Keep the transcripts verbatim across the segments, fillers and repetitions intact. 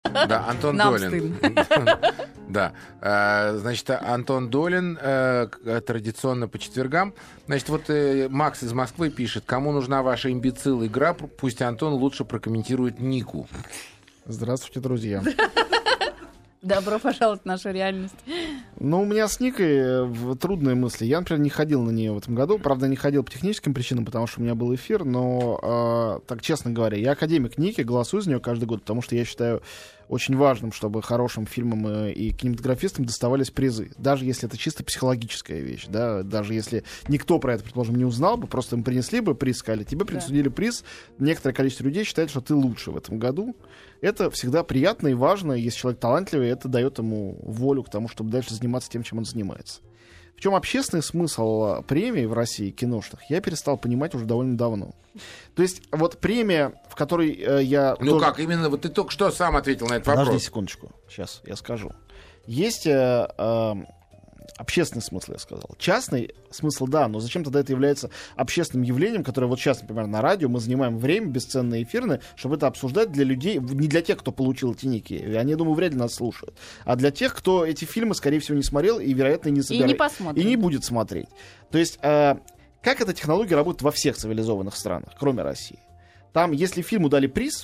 Да, Антон Нам Долин. Да. Значит, Антон Долин традиционно по четвергам. Значит, вот Макс из Москвы пишет: кому нужна ваша имбецил игра, пусть Антон лучше прокомментирует Нику. Здравствуйте, друзья. Добро пожаловать в нашу реальность. Ну, у меня с Никой трудные мысли. Я, например, не ходил на нее в этом году. Правда, не ходил по техническим причинам, потому что у меня был эфир. Но, э, так честно говоря, я академик Ники, голосую за нее каждый год, потому что я считаю очень важным, чтобы хорошим фильмам и кинематографистам доставались призы. Даже если это чисто психологическая вещь. Да? Даже если никто про это, предположим, не узнал бы, просто им принесли бы приз, сказали, тебе присудили да. приз. Некоторое количество людей считает, что ты лучше в этом году. Это всегда приятно и важно. Если человек талантливый, это дает ему волю к тому, чтобы дальше заниматься тем, чем он занимается. В чем общественный смысл премии в России киношных, я перестал понимать уже довольно давно. То есть вот премия, в которой э, я... Ну тоже... как, именно вот ты только что сам ответил на этот вопрос. Подожди секундочку, сейчас я скажу. Есть э, э, общественный смысл, я сказал. Частный смысл, да, но зачем тогда это является общественным явлением, которое вот сейчас, например, на радио мы занимаем время бесценное эфирное, чтобы это обсуждать для людей, не для тех, кто получил эти ники, они, я думаю, вряд ли нас слушают, а для тех, кто эти фильмы, скорее всего, не смотрел и, вероятно, не собирает. И не посмотрит. И не будет смотреть. То есть, э, как эта технология работает во всех цивилизованных странах, кроме России? Там, если фильму дали приз,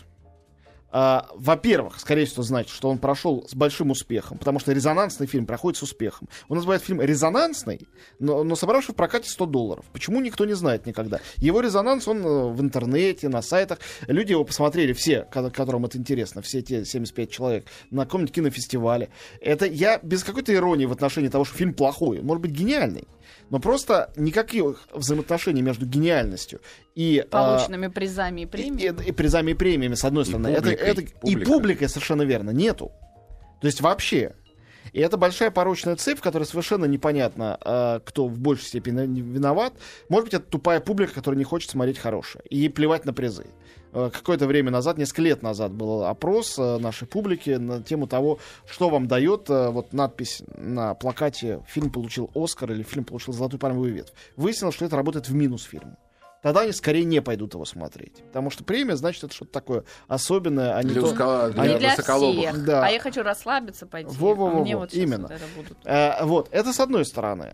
Uh, во-первых, скорее всего, значит, что он прошел с большим успехом, потому что резонансный фильм проходит с успехом. У нас бывает фильм резонансный, но, но собравший в прокате сто долларов. Почему, никто не знает никогда. Его резонанс, он uh, в интернете, на сайтах. Люди его посмотрели все, которым это интересно, все те семьдесят пять человек на каком-нибудь кинофестивале. Это я без какой-то иронии в отношении того, что фильм плохой. Он может быть гениальный. Но просто никаких взаимоотношений между гениальностью и полученными а, призами и премиями. И, и, и призами и премиями, с одной стороны. И публикой, это, это, публика. И публикой, совершенно верно, нету. То есть вообще. И это большая порочная цепь, в которой совершенно непонятно, а, кто в большей степени виноват. Может быть, это тупая публика, которая не хочет смотреть хорошее. И ей плевать на призы. Какое-то время назад, несколько лет назад, был опрос нашей публики на тему того, что вам дает вот надпись на плакате «Фильм получил Оскар» или «Фильм получил золотую пальмовую ветвь». Выяснилось, что это работает в минус фильму. Тогда они скорее не пойдут его смотреть. Потому что премия, значит, это что-то такое особенное, а не для то... Ускала, для не для высоколобых. всех. Да. А я хочу расслабиться, пойти. Во-во-во-во. А мне вот Именно. Вот это, будут... а, вот, это с одной стороны.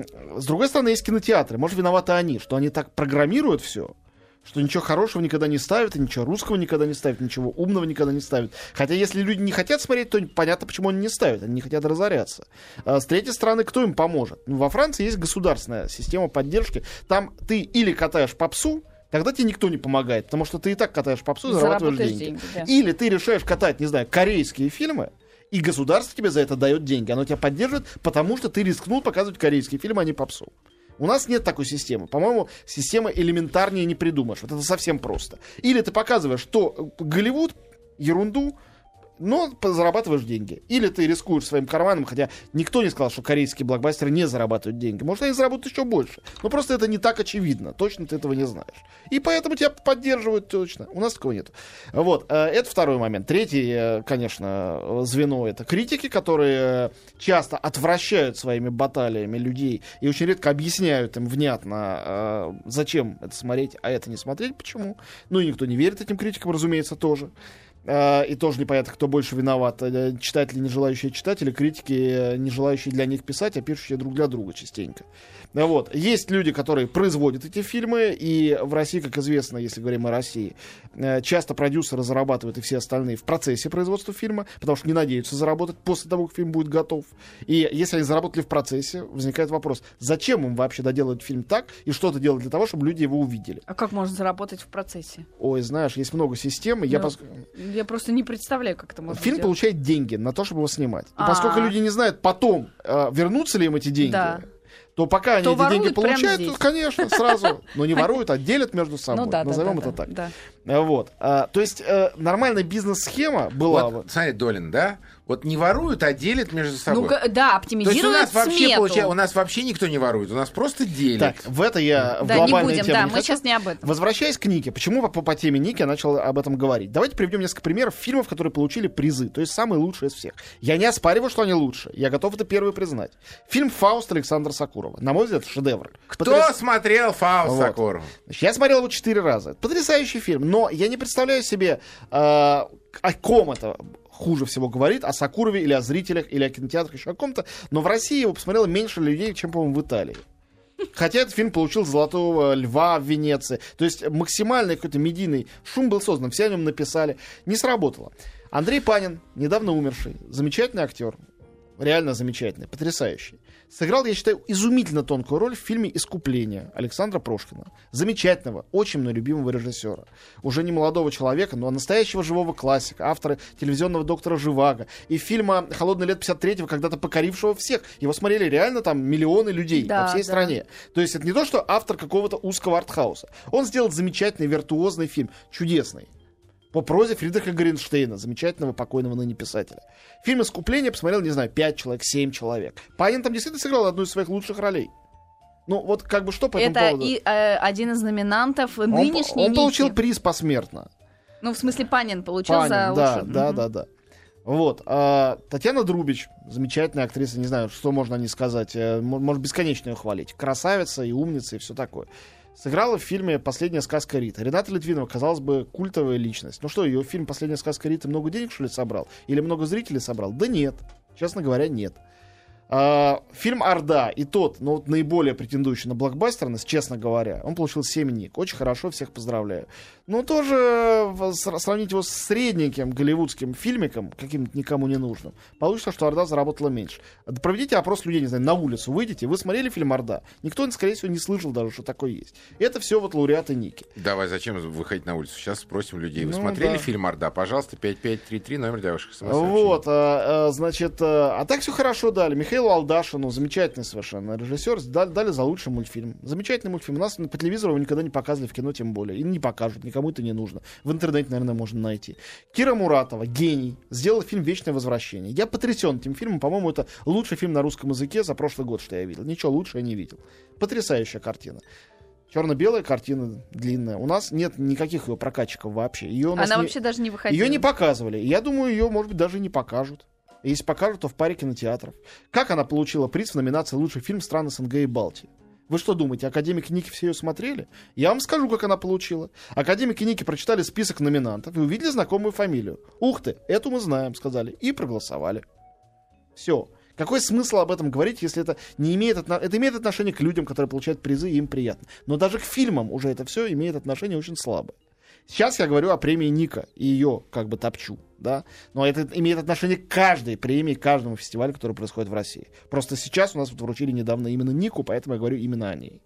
С другой стороны, есть кинотеатры. Может, виноваты они, что они так программируют все, что ничего хорошего никогда не ставят, и ничего русского никогда не ставят, ничего умного никогда не ставят. Хотя если люди не хотят смотреть, то понятно, почему они не ставят. Они не хотят разоряться. А с третьей стороны, кто им поможет? Ну, во Франции есть государственная система поддержки. Там ты или катаешь попсу, тогда тебе никто не помогает, потому что ты и так катаешь попсу, зарабатываешь деньги. деньги да. Или ты решаешь катать, не знаю, корейские фильмы, и государство тебе за это дает деньги. Оно тебя поддерживает, потому что ты рискнул показывать корейские фильмы, а не попсу. У нас нет такой системы. По-моему, система элементарнее не придумаешь. Вот это совсем просто. Или ты показываешь, что Голливуд, ерунду, но зарабатываешь деньги. Или ты рискуешь своим карманом, хотя никто не сказал, что корейские блокбастеры не зарабатывают деньги. Может, они заработают еще больше. Но просто это не так очевидно. Точно ты этого не знаешь. И поэтому тебя поддерживают точно. У нас такого нет. Вот. Это второй момент. Третий, конечно, звено — это критики, которые часто отвращают своими баталиями людей и очень редко объясняют им внятно, зачем это смотреть, а это не смотреть. Почему? Ну и никто не верит этим критикам, разумеется, тоже. И тоже непонятно, кто больше виноват. Читатели, не желающие читать, или критики, не желающие для них писать, а пишущие друг для друга частенько. Вот. Есть люди, которые производят эти фильмы, и в России, как известно, если говорим о России, часто продюсеры зарабатывают и все остальные в процессе производства фильма, потому что не надеются заработать после того, как фильм будет готов. И если они заработали в процессе, возникает вопрос, зачем им вообще доделать фильм так, и что-то делать для того, чтобы люди его увидели. А как можно заработать в процессе? Ой, знаешь, есть много систем. Ну, я, пос... я просто не представляю, как это можно Фильм делать. получает деньги на то, чтобы его снимать. И А-а-а. поскольку люди не знают потом, э, вернутся ли им эти деньги, да. то пока они то эти деньги получают, здесь. то, конечно, сразу. Но не воруют, а делят между собой. Ну, да, Назовем да, это да, так. Да. Вот. А, то есть э, нормальная бизнес-схема была... Вот, смотри, Долин, да? Вот не воруют, а делят между собой. Ну, да, оптимизируют То есть у нас вообще смету. получается, у нас вообще никто не ворует, у нас просто делят. Так, в это я в Да, не глобальной будем, теме да, не мы хочу. сейчас не об этом. Возвращаясь к Нике, почему по, по теме Ники я начал об этом говорить? Давайте приведем несколько примеров фильмов, которые получили призы, то есть самые лучшие из всех. Я не оспариваю, что они лучше, я готов это первый признать. Фильм «Фауст» Александра Сакурова. На мой взгляд, шедевр. Кто Потряс... смотрел «Фауст» вот. Сакурова? Значит, я смотрел его четыре раза. Потрясающий фильм, но я не представляю себе, э, о ком это хуже всего говорит о Сакурове или о зрителях, или о кинотеатрах, еще о ком-то. Но в России его посмотрело меньше людей, чем, по-моему, в Италии. Хотя этот фильм получил «Золотого льва» в Венеции. То есть максимальный какой-то медийный шум был создан. Все о нем написали. Не сработало. Андрей Панин, недавно умерший, замечательный актер. Реально замечательный, потрясающий. Сыграл, я считаю, изумительно тонкую роль в фильме «Искупление» Александра Прошкина. Замечательного, очень мной любимого режиссера. Уже не молодого человека, но настоящего живого классика, автора телевизионного «Доктора Живаго» и фильма «Холодное лето пятьдесят третьего», когда-то покорившего всех. Его смотрели реально там миллионы людей Да, по всей да. стране. То есть это не то, что автор какого-то узкого артхауса. Он сделал замечательный, виртуозный фильм, чудесный. По прозе Фридриха Горенштейна, замечательного покойного ныне писателя. Фильм «Искупление» посмотрел, не знаю, пять человек, семь человек. Панин там действительно сыграл одну из своих лучших ролей. Ну, вот как бы что по этому Это поводу? и э, один из номинантов Он, нынешней он получил Ники. приз посмертно. Ну, в смысле, Панин получил Панин, за да, лучшую. да, Мгм. да, да. Вот. А, Татьяна Друбич, замечательная актриса, не знаю, что можно о ней сказать. э, мо- Может, бесконечно ее хвалить. Красавица и умница и все такое. Сыграла в фильме «Последняя сказка Риты». Рената Литвинова, казалось бы, культовая личность. Ну что, ее фильм «Последняя сказка Риты» много денег, что ли, собрал? Или много зрителей собрал? Да нет. Честно говоря, нет. А, фильм «Орда» и тот, ну, вот наиболее претендующий на блокбастерность, честно говоря, он получил семь ник. Очень хорошо, всех поздравляю. Но тоже в- сра- сравнить его с средненьким голливудским фильмиком, каким-то никому не нужным, получится, что «Орда» заработала меньше. Да проведите опрос людей, не знаю, на улицу выйдите. Вы смотрели фильм «Орда»? Никто, скорее всего, не слышал даже, что такое есть. Это все вот лауреаты Ники. Давай, зачем выходить на улицу? Сейчас спросим людей. Вы Ну, смотрели да. фильм «Орда»? Пожалуйста, пять пять три три, номер для ваших смс. Вот, а, а, значит, а, а так все хорошо дали. Михаилу Алдашину, замечательный совершенно режиссер, дали, дали за лучший мультфильм. Замечательный мультфильм. У нас по телевизору его никогда не показывали, в кино тем более. И не покажут, никому это не нужно. В интернете, наверное, можно найти. Кира Муратова, гений, сделала фильм «Вечное возвращение». Я потрясен этим фильмом. По-моему, это лучший фильм на русском языке за прошлый год, что я видел. Ничего лучше я не видел. Потрясающая картина. Черно-белая картина, длинная. У нас нет никаких ее прокатчиков вообще. Ее у нас Она не- вообще даже не выходила. Ее не показывали. Я думаю, ее, может быть, даже и не покажут. Если покажут, то в паре кинотеатров. Как она получила приз в номинации «Лучший фильм стран СНГ и Балтии»? Вы что думаете, академики Ники все ее смотрели? Я вам скажу, как она получила. Академики Ники прочитали список номинантов и увидели знакомую фамилию. Ух ты, эту мы знаем, сказали. И проголосовали. Все. Какой смысл об этом говорить, если это не имеет, отно... это имеет отношение к людям, которые получают призы, и им приятно. Но даже к фильмам уже это все имеет отношение очень слабое. Сейчас я говорю о премии Ника и ее как бы топчу, да, но это имеет отношение к каждой премии, к каждому фестивалю, который происходит в России. Просто сейчас у нас вот вручили недавно именно Нику, поэтому я говорю именно о ней.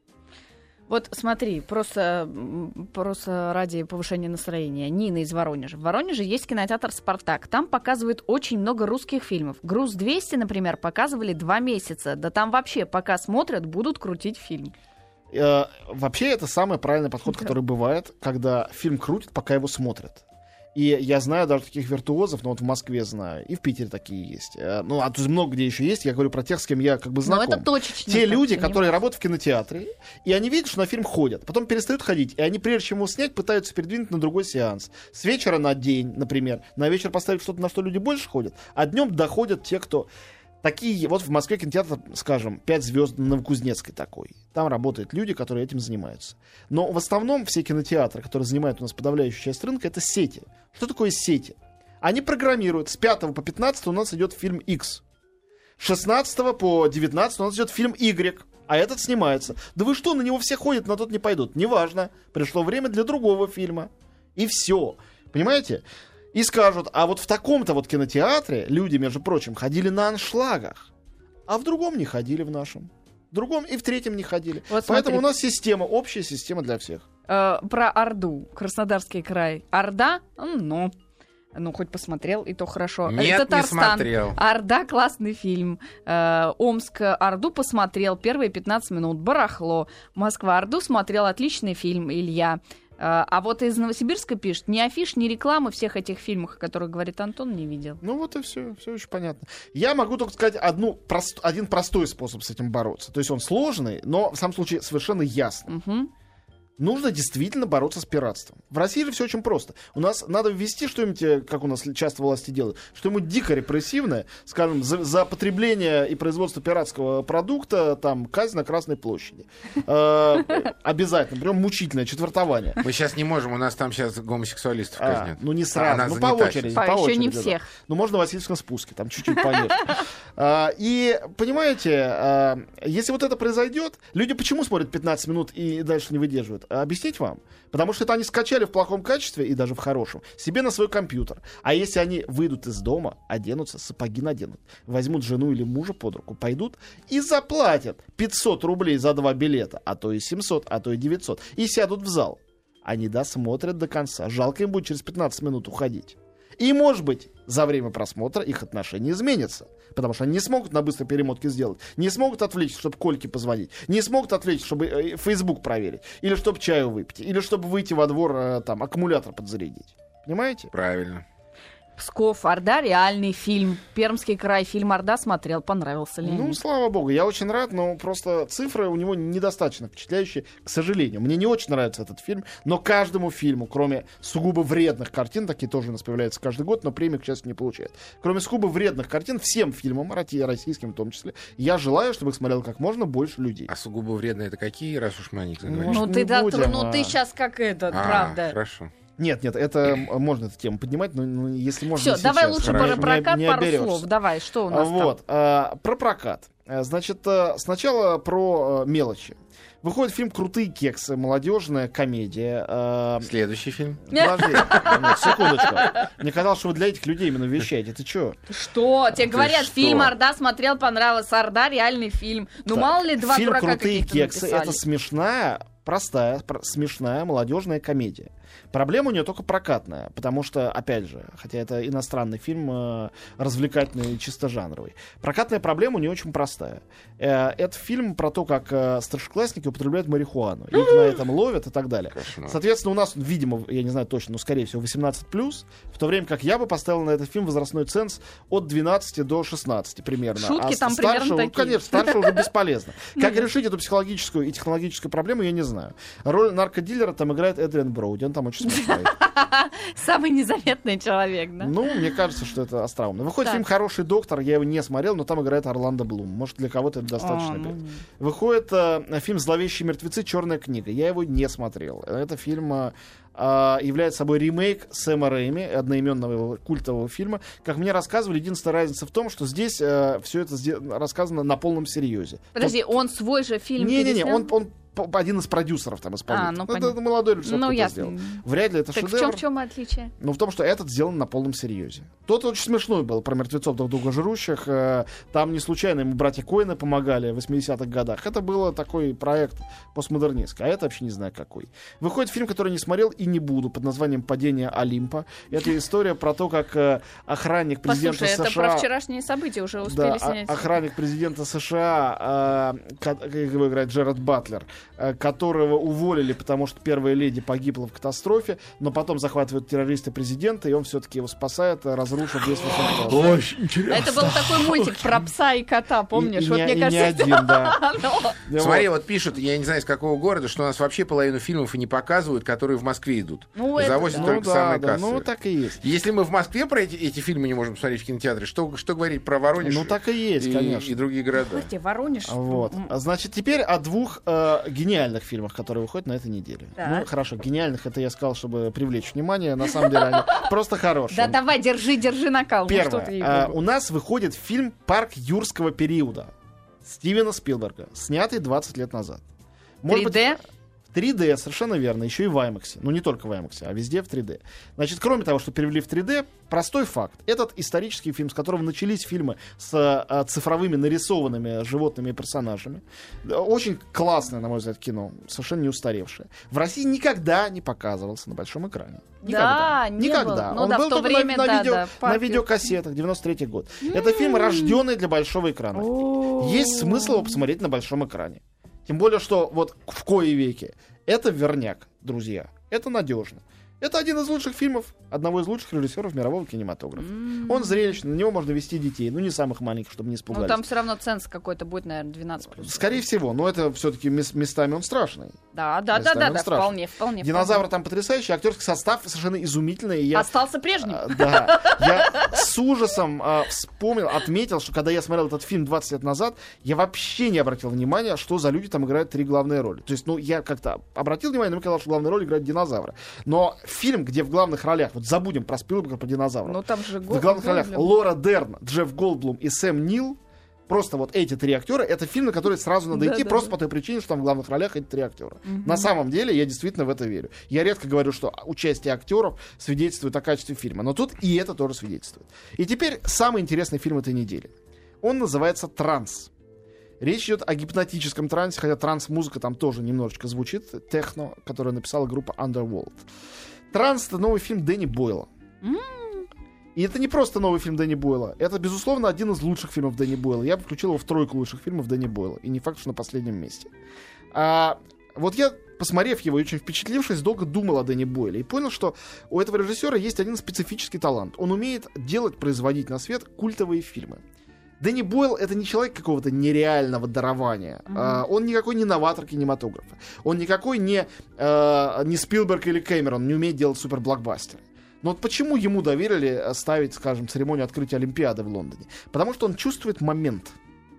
Вот смотри, просто, м, просто ради повышения настроения. Нина из Воронежа. В Воронеже есть кинотеатр «Спартак». Там показывают очень много русских фильмов. «Груз двести», например, показывали два месяца. Да там вообще, пока смотрят, будут крутить фильм. Э, вообще это самый правильный подход, который бывает, когда фильм крутят, пока его смотрят. И я знаю даже таких виртуозов, но вот в Москве знаю, и в Питере такие есть. Э, ну, а тут много где еще есть, я говорю про тех, с кем я как бы Но знаком. это точечно. Те так люди, понимаю. которые работают в кинотеатре, и они видят, что на фильм ходят, потом перестают ходить, и они, прежде чем его снять, пытаются передвинуть на другой сеанс. С вечера на день, например, на вечер поставить что-то, на что люди больше ходят, а днем доходят те, кто... Такие, вот в Москве кинотеатр, скажем, пять звезд на Новокузнецкой такой. Там работают люди, которые этим занимаются. Но в основном все кинотеатры, которые занимают у нас подавляющую часть рынка, это сети. Что такое сети? Они программируют. С пятого по пятнадцатое у нас идет фильм X. С шестнадцатого по девятнадцатое у нас идет фильм Y. А этот снимается. Да вы что, на него все ходят, на тот не пойдут. Неважно. Пришло время для другого фильма. И все. Понимаете? И скажут, а вот в таком-то вот кинотеатре люди, между прочим, ходили на аншлагах, а в другом не ходили в нашем. В другом и в третьем не ходили. Вот Поэтому смотри. у нас система, общая система для всех. Э, про Орду, Краснодарский край. Орда? Ну, ну, хоть посмотрел, и то хорошо. Нет, Это не Татарстан. смотрел. Орда — классный фильм. Э, Омск Орду посмотрел первые пятнадцать минут. Барахло. Москва Орду смотрел. Отличный фильм, Илья. Э, а вот из Новосибирска пишет, ни афиш, ни рекламы всех этих фильмов, о которых говорит Антон, не видел. Ну вот и все, все очень понятно. Я могу только сказать одну, прост- один простой способ с этим бороться. То есть он сложный, но в самом случае совершенно ясный. Мгм. Нужно действительно бороться с пиратством. В России же все очень просто. У нас надо ввести что-нибудь, как у нас часто власти делают, что-нибудь дико репрессивное, скажем, за, за потребление и производство пиратского продукта, там, казнь на Красной площади. Обязательно, прям мучительное четвертование. Мы сейчас не можем, у нас там сейчас гомосексуалистов казнят. Ну не сразу, ну по очереди. По еще не всех. Ну можно в Васильевском спуске, там чуть-чуть пониже. И, понимаете, если вот это произойдет, люди почему смотрят пятнадцать минут и дальше не выдерживают? Объяснить вам? Потому что это они скачали в плохом качестве и даже в хорошем себе на свой компьютер. А если они выйдут из дома, оденутся, сапоги наденут, возьмут жену или мужа под руку, пойдут и заплатят пятьсот рублей за два билета, а то и семьсот, а то и девятьсот, и сядут в зал. Они досмотрят до конца. Жалко им будет через пятнадцать минут уходить. И, может быть, за время просмотра их отношения изменятся. Потому что они не смогут на быстрой перемотке сделать. Не смогут отвлечься, чтобы Кольке позвонить. Не смогут отвлечься, чтобы э, Facebook проверить. Или чтобы чаю выпить. Или чтобы выйти во двор, э, там, аккумулятор подзарядить. Понимаете? Правильно. Псков, Орда, реальный фильм. Пермский край, фильм Орда смотрел, понравился ли? Ну, слава богу, я очень рад, но просто цифры у него недостаточно впечатляющие, к сожалению. Мне не очень нравится этот фильм, но каждому фильму, кроме сугубо вредных картин, такие тоже у нас появляются каждый год, но премию, к счастью, не получают. Кроме сугубо вредных картин, всем фильмам, российским в том числе, я желаю, чтобы их смотрело как можно больше людей. А сугубо вредные это какие, раз уж мы о них заговорили? Ну, ты, да, ну, ты сейчас как это, а, правда. Хорошо. Нет, нет, это можно эту тему поднимать, но, но если можно. Все, давай лучше хорошо. про прокат не, не пару оберешься. слов. Давай, что у нас вот, там? А, про прокат. Значит, сначала про мелочи. Выходит фильм «Крутые кексы», молодежная комедия. Следующий фильм. Подожди, нет, секундочку. Мне казалось, что вы для этих людей именно вещаете. Ты что? Что? Тебе Ты говорят, что? фильм «Орда» смотрел, понравился. «Орда» реальный фильм. Ну, Так, мало ли два фильм дурака «Крутые каких-то кексы» — написали. это смешная, простая, про- смешная молодежная комедия. Проблема у нее только прокатная, потому что, опять же, хотя это иностранный фильм, э, развлекательный и чисто жанровый, прокатная проблема у нее очень простая. Э, это фильм про то, как э, старшеклассники употребляют марихуану. Их на этом ловят и так далее. Кошмар. Соответственно, у нас, видимо, я не знаю точно, но, скорее всего, восемнадцать плюс, в то время как я бы поставил на этот фильм возрастной ценз от двенадцати до шестнадцати примерно. Шутки а там старше, примерно ну, такие. конечно, старше уже бесполезно. Как решить эту психологическую и технологическую проблему, я не знаю. Роль наркодилера там играет Эдриан Броуди, он там очень смешной. Самый незаметный человек, да? Ну, мне кажется, что это остроумно. Выходит Так. фильм «Хороший доктор», я его не смотрел, но там играет Орландо Блум. Может, для кого-то это достаточно. А, ну, говорит. нет. Выходит э, фильм «Зловещие мертвецы. Черная книга». Я его не смотрел. Это фильм э, э, является собой ремейк Сэма Рэйми, одноименного его культового фильма. Как мне рассказывали, единственная разница в том, что здесь э, все это сде- рассказано на полном серьезе. Подожди, он свой же фильм Не-не-не, переснял? он, он п- один из продюсеров там исполнитель. А, ну, это, понятно. это молодой режиссер, Ну, кто это ясно. сделал. Вряд ли это Так в шедевр. чем, в чем отличие? Но в том, что этот сделан на полном серьезе. Тот очень смешной был про мертвецов друг друга жрущих. Э, Там не случайно ему братья Коэны помогали в восьмидесятых годах. Это был такой проект постмодернистский. А это вообще не знаю какой. Выходит фильм, который не смотрел и не буду, под названием «Падение Олимпа». Это история про то, как э, охранник президента Послушай, это США... про вчерашние события уже успели Да, снять. о- охранник президента США, э, ко- как его играет Джерард Батлер, э, которого уволили, потому что первая леди погибла в катастрофе, но потом захватывают террористы президента, и он все-таки его спасает, э, разрушив весь Вашингтон. Очень интересно. Это был такой мультик про пса и кота, помнишь? И- и вот не- мне и не кажется, один, да. оно. Да Смотри, вот. вот пишут, я не знаю, из какого города, что у нас вообще половину фильмов и не показывают, которые в Москве идут. Ну, это Завозят да. только Ну самые да, да, кассовые. ну так и есть. Если мы в Москве про эти, эти фильмы не можем смотреть в кинотеатре, что, что говорить про Воронеж Ну так и есть, и, конечно. и другие города? Слушайте, Воронеж. Вот. м, А Значит, теперь о двух э, гениальных фильмах, которые выходят на этой неделе. Так. Ну, хорошо, гениальных это я сказал, чтобы привлечь внимание. На самом деле они просто хорошие. Да давай, держи, держи накал. Ну, Первое. что ты, А, ей-богу. у нас выходит фильм «Парк юрского периода» Стивена Спилберга, снятый двадцать лет назад. Может быть, три дэ? в три дэ, совершенно верно, еще и в IMAX. Ну, не только в IMAX, а везде в три дэ. Значит, кроме того, что перевели в три дэ, простой факт. Этот исторический фильм, с которого начались фильмы с а, цифровыми нарисованными животными и персонажами. Да, очень классное, на мой взгляд, кино. Совершенно не устаревшее. В России никогда не показывался на большом экране. Никогда. Да, не Никогда. был. Ну Он да, был в то только время, на, на, да, видео, да, на «Парк видеокассетах, девяносто третий год. Это фильм, рожденный для большого экрана. Есть смысл его посмотреть на большом экране. Тем более, что вот в кои веки это верняк, друзья. Это надежно. Это один из лучших фильмов одного из лучших режиссеров мирового кинематографа. Mm-hmm. Он зрелищный, на него можно вести детей, ну не самых маленьких, чтобы не испугались. Ну там все равно ценз какой-то будет, наверное, двенадцать плюс. Скорее всего, но это все-таки местами он страшный. Да, да, да, да, да, вполне, вполне. Динозавр вполне. Там потрясающий, актерский состав совершенно изумительный. Я, Остался прежним. А, да. Я с ужасом а, вспомнил, отметил, что когда я смотрел этот фильм двадцать лет назад, я вообще не обратил внимания, что за люди там играют три главные роли. То есть, ну, я как-то обратил внимание, но мне казалось, что главную роль играет динозавр. Но фильм, где в главных ролях, вот забудем про Спилберга, про динозавра. Ну, там же в главных ролях Лора Дерн, Джефф Голдблум и Сэм Нил. Просто вот эти три актера, это фильм, на который сразу надо да, идти, да, просто да. по той причине, что там в главных ролях эти три актера. Угу. На самом деле, я действительно в это верю. Я редко говорю, что участие актеров свидетельствует о качестве фильма, но тут и это тоже свидетельствует. И теперь самый интересный фильм этой недели. Он называется «Транс». Речь идет о гипнотическом трансе, хотя транс-музыка там тоже немножечко звучит, техно, которую написала группа Underworld. «Транс» — это новый фильм Дэнни Бойла. Mm. И это не просто новый фильм Дэнни Бойла, это, безусловно, один из лучших фильмов Дэнни Бойла. Я бы включил его в тройку лучших фильмов Дэнни Бойла, и не факт, что на последнем месте. А, вот я, посмотрев его и очень впечатлившись, долго думал о Дэнни Бойле и понял, что у этого режиссера есть один специфический талант. Он умеет делать, производить на свет культовые фильмы. Дэнни Бойл — это не человек какого-то нереального дарования. Mm-hmm. Uh, он никакой не новатор кинематографа. Он никакой не, uh, не Спилберг или Кэмерон, не умеет делать суперблокбастеры. Но вот почему ему доверили ставить, скажем, церемонию открытия Олимпиады в Лондоне? Потому что он чувствует момент.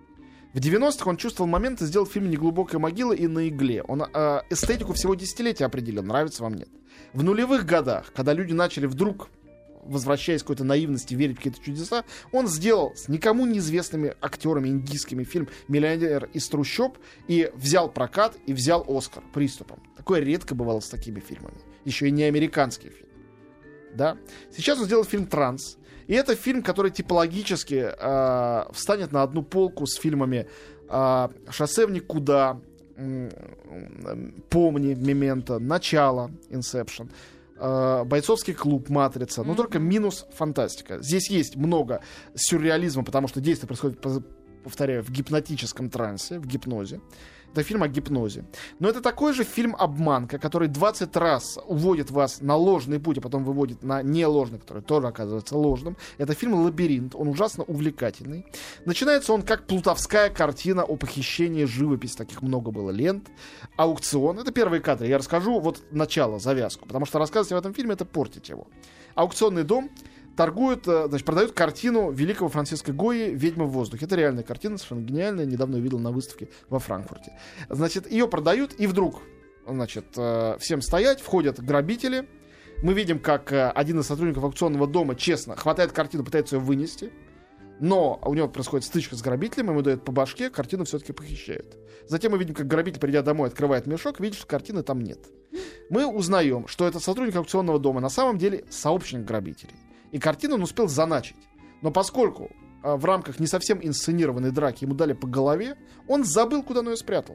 В девяностых он чувствовал момент и сделал фильм «Неглубокая могила» и «На игле». Он uh, эстетику всего десятилетия определил, нравится вам, нет. В нулевых годах, когда люди начали вдруг, возвращаясь к какой-то наивности, верить в какие-то чудеса, он сделал с никому неизвестными актерами индийскими фильм «Миллионер из трущоб» и взял прокат, и взял Оскар приступом. Такое редко бывало с такими фильмами. Еще и не американские фильмы. Да? Сейчас он сделал фильм «Транс». И это фильм, который типологически э, встанет на одну полку с фильмами э, «Шоссе в никуда», э, «Помни», «Мементо», «Начало», «Инсепшн», «Бойцовский клуб», «Матрица», но mm-hmm. только минус фантастика. Здесь есть много сюрреализма, потому что действие происходит, повторяю, в гипнотическом трансе, в гипнозе. Это фильм о гипнозе. Но это такой же фильм «Обманка», который двадцать раз уводит вас на ложный путь, а потом выводит на неложный, который тоже оказывается ложным. Это фильм «Лабиринт». Он ужасно увлекательный. Начинается он как плутовская картина о похищении живописи. Таких много было лент. Аукцион. Это первые кадры. Я расскажу вот начало, завязку. Потому что рассказывать об этом фильме — это портить его. Аукционный дом торгуют, значит, продают картину великого Франциско Гойи «Ведьма в воздухе». Это реальная картина, совершенно гениальная. Недавно ее видел на выставке во Франкфурте. Значит, ее продают, и вдруг, значит, всем стоять, входят грабители. Мы видим, как один из сотрудников аукционного дома честно хватает картину, пытается ее вынести. Но у него происходит стычка с грабителем, ему дают по башке, картину все-таки похищают. Затем мы видим, как грабитель, придя домой, открывает мешок, видит, что картины там нет. Мы узнаем, что этот сотрудник аукционного дома на самом деле сообщник грабителей. И картину он успел заначить. Но поскольку а, в рамках не совсем инсценированной драки ему дали по голове, он забыл, куда он ее спрятал.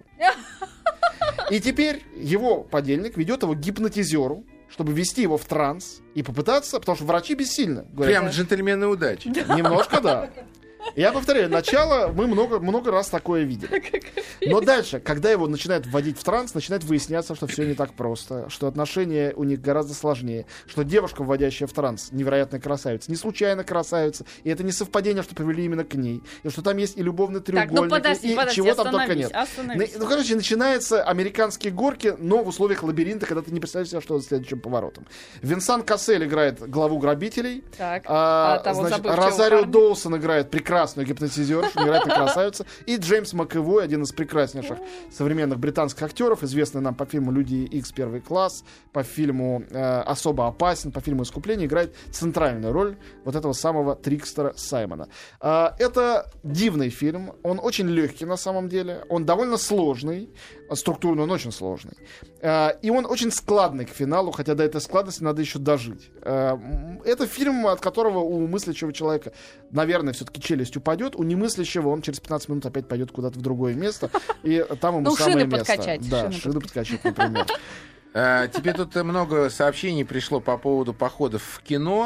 И теперь его подельник ведет его к гипнотизеру, чтобы ввести его в транс и попытаться, потому что врачи бессильны. Говорят, прям джентльмены удачи. Немножко, да. Я повторяю, начало мы много, много раз такое видели. Но дальше, когда его начинают вводить в транс, начинает выясняться, что все не так просто, что отношения у них гораздо сложнее, что девушка, вводящая в транс, невероятная красавица, не случайно красавица, и это не совпадение, что привели именно к ней, и что там есть и любовный треугольник, так, ну, подожди, и подожди, чего там только нет. Ну, короче, начинаются американские горки, но в условиях лабиринта, когда ты не представляешь себе, что за следующим поворотом. Винсан Кассель играет главу грабителей, так, а, а значит, Розарио Доусон играет прекрасную гипнотизершу, невероятно красавица, и Джеймс Макэвой, один из прекраснейших современных британских актеров, известный нам по фильму «Люди Икс. Первый класс», по фильму э, «Особо опасен», по фильму «Искупление», играет центральную роль вот этого самого трикстера Саймона. Э, это дивный фильм, он очень легкий на самом деле, он довольно сложный, структурно он очень сложный, э, и он очень складный к финалу, хотя до этой складности надо еще дожить. Э, это фильм, от которого у мыслящего человека, наверное, все-таки челюсть упадет, у немыслящего он через пятнадцать минут опять пойдет куда-то в другое место, и там ему ну, самое шины место. Подкачать, да, шины, шины подкачать, например. Тебе тут много сообщений пришло по поводу походов в кино.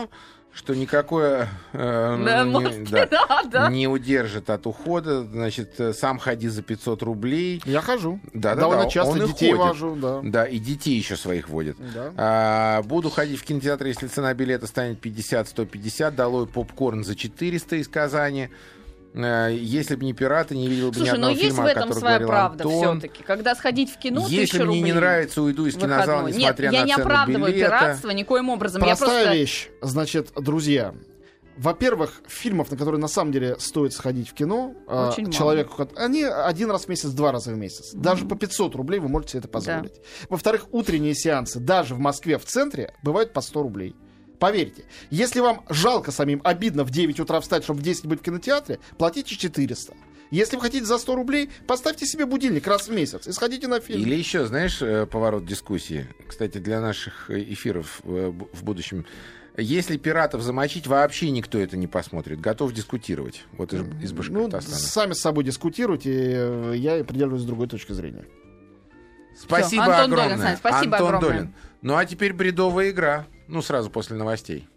что никакое э, Да, ну, не, маски, да, да, да. не удержит от ухода. Значит, э, сам ходи за пятьсот рублей. Я хожу. Да, да, Довольно да, часто он и детей ходит. вожу, да. Да, и детей еще своих водит. Да. А, буду ходить в кинотеатр, если цена билета станет пятьдесят - сто пятьдесят. Долой попкорн за четыреста из Казани. А, если бы не пираты, не видел бы Слушай, ни но одного есть фильма, в о этом котором своя говорил правда Антон. все-таки. Когда сходить в кино, Если тысяча мне не рублей нравится, уйду из кинозала, выходной. несмотря Нет, на я не цену оправдываю билета. пиратство никоим образом. Я Простая просто... вещь. Значит, друзья, во-первых, фильмов, на которые на самом деле стоит сходить в кино, а, Очень мало. человеку, они один раз в месяц, два раза в месяц. Даже по пятьсот рублей вы можете себе это позволить. Во-вторых, утренние сеансы, даже в Москве, в центре, бывают по сто рублей. Поверьте, если вам жалко самим, обидно в девять утра встать, чтобы в десять быть в кинотеатре, платите четыреста. Если вы хотите за сто рублей, поставьте себе будильник раз в месяц и сходите на фильм. Или еще, знаешь, э, поворот дискуссии. Кстати, для наших эфиров э, б- в будущем. Если пиратов замочить, вообще никто это не посмотрит. Готов дискутировать. Вот из, из Ну, Башкортостана. сами с собой дискутируйте, э, я придерживаюсь другой точки зрения. Спасибо Антон Долин, огромное. Сань, спасибо Антон огромное. Долин. Ну а теперь бредовая игра. Ну, сразу после новостей.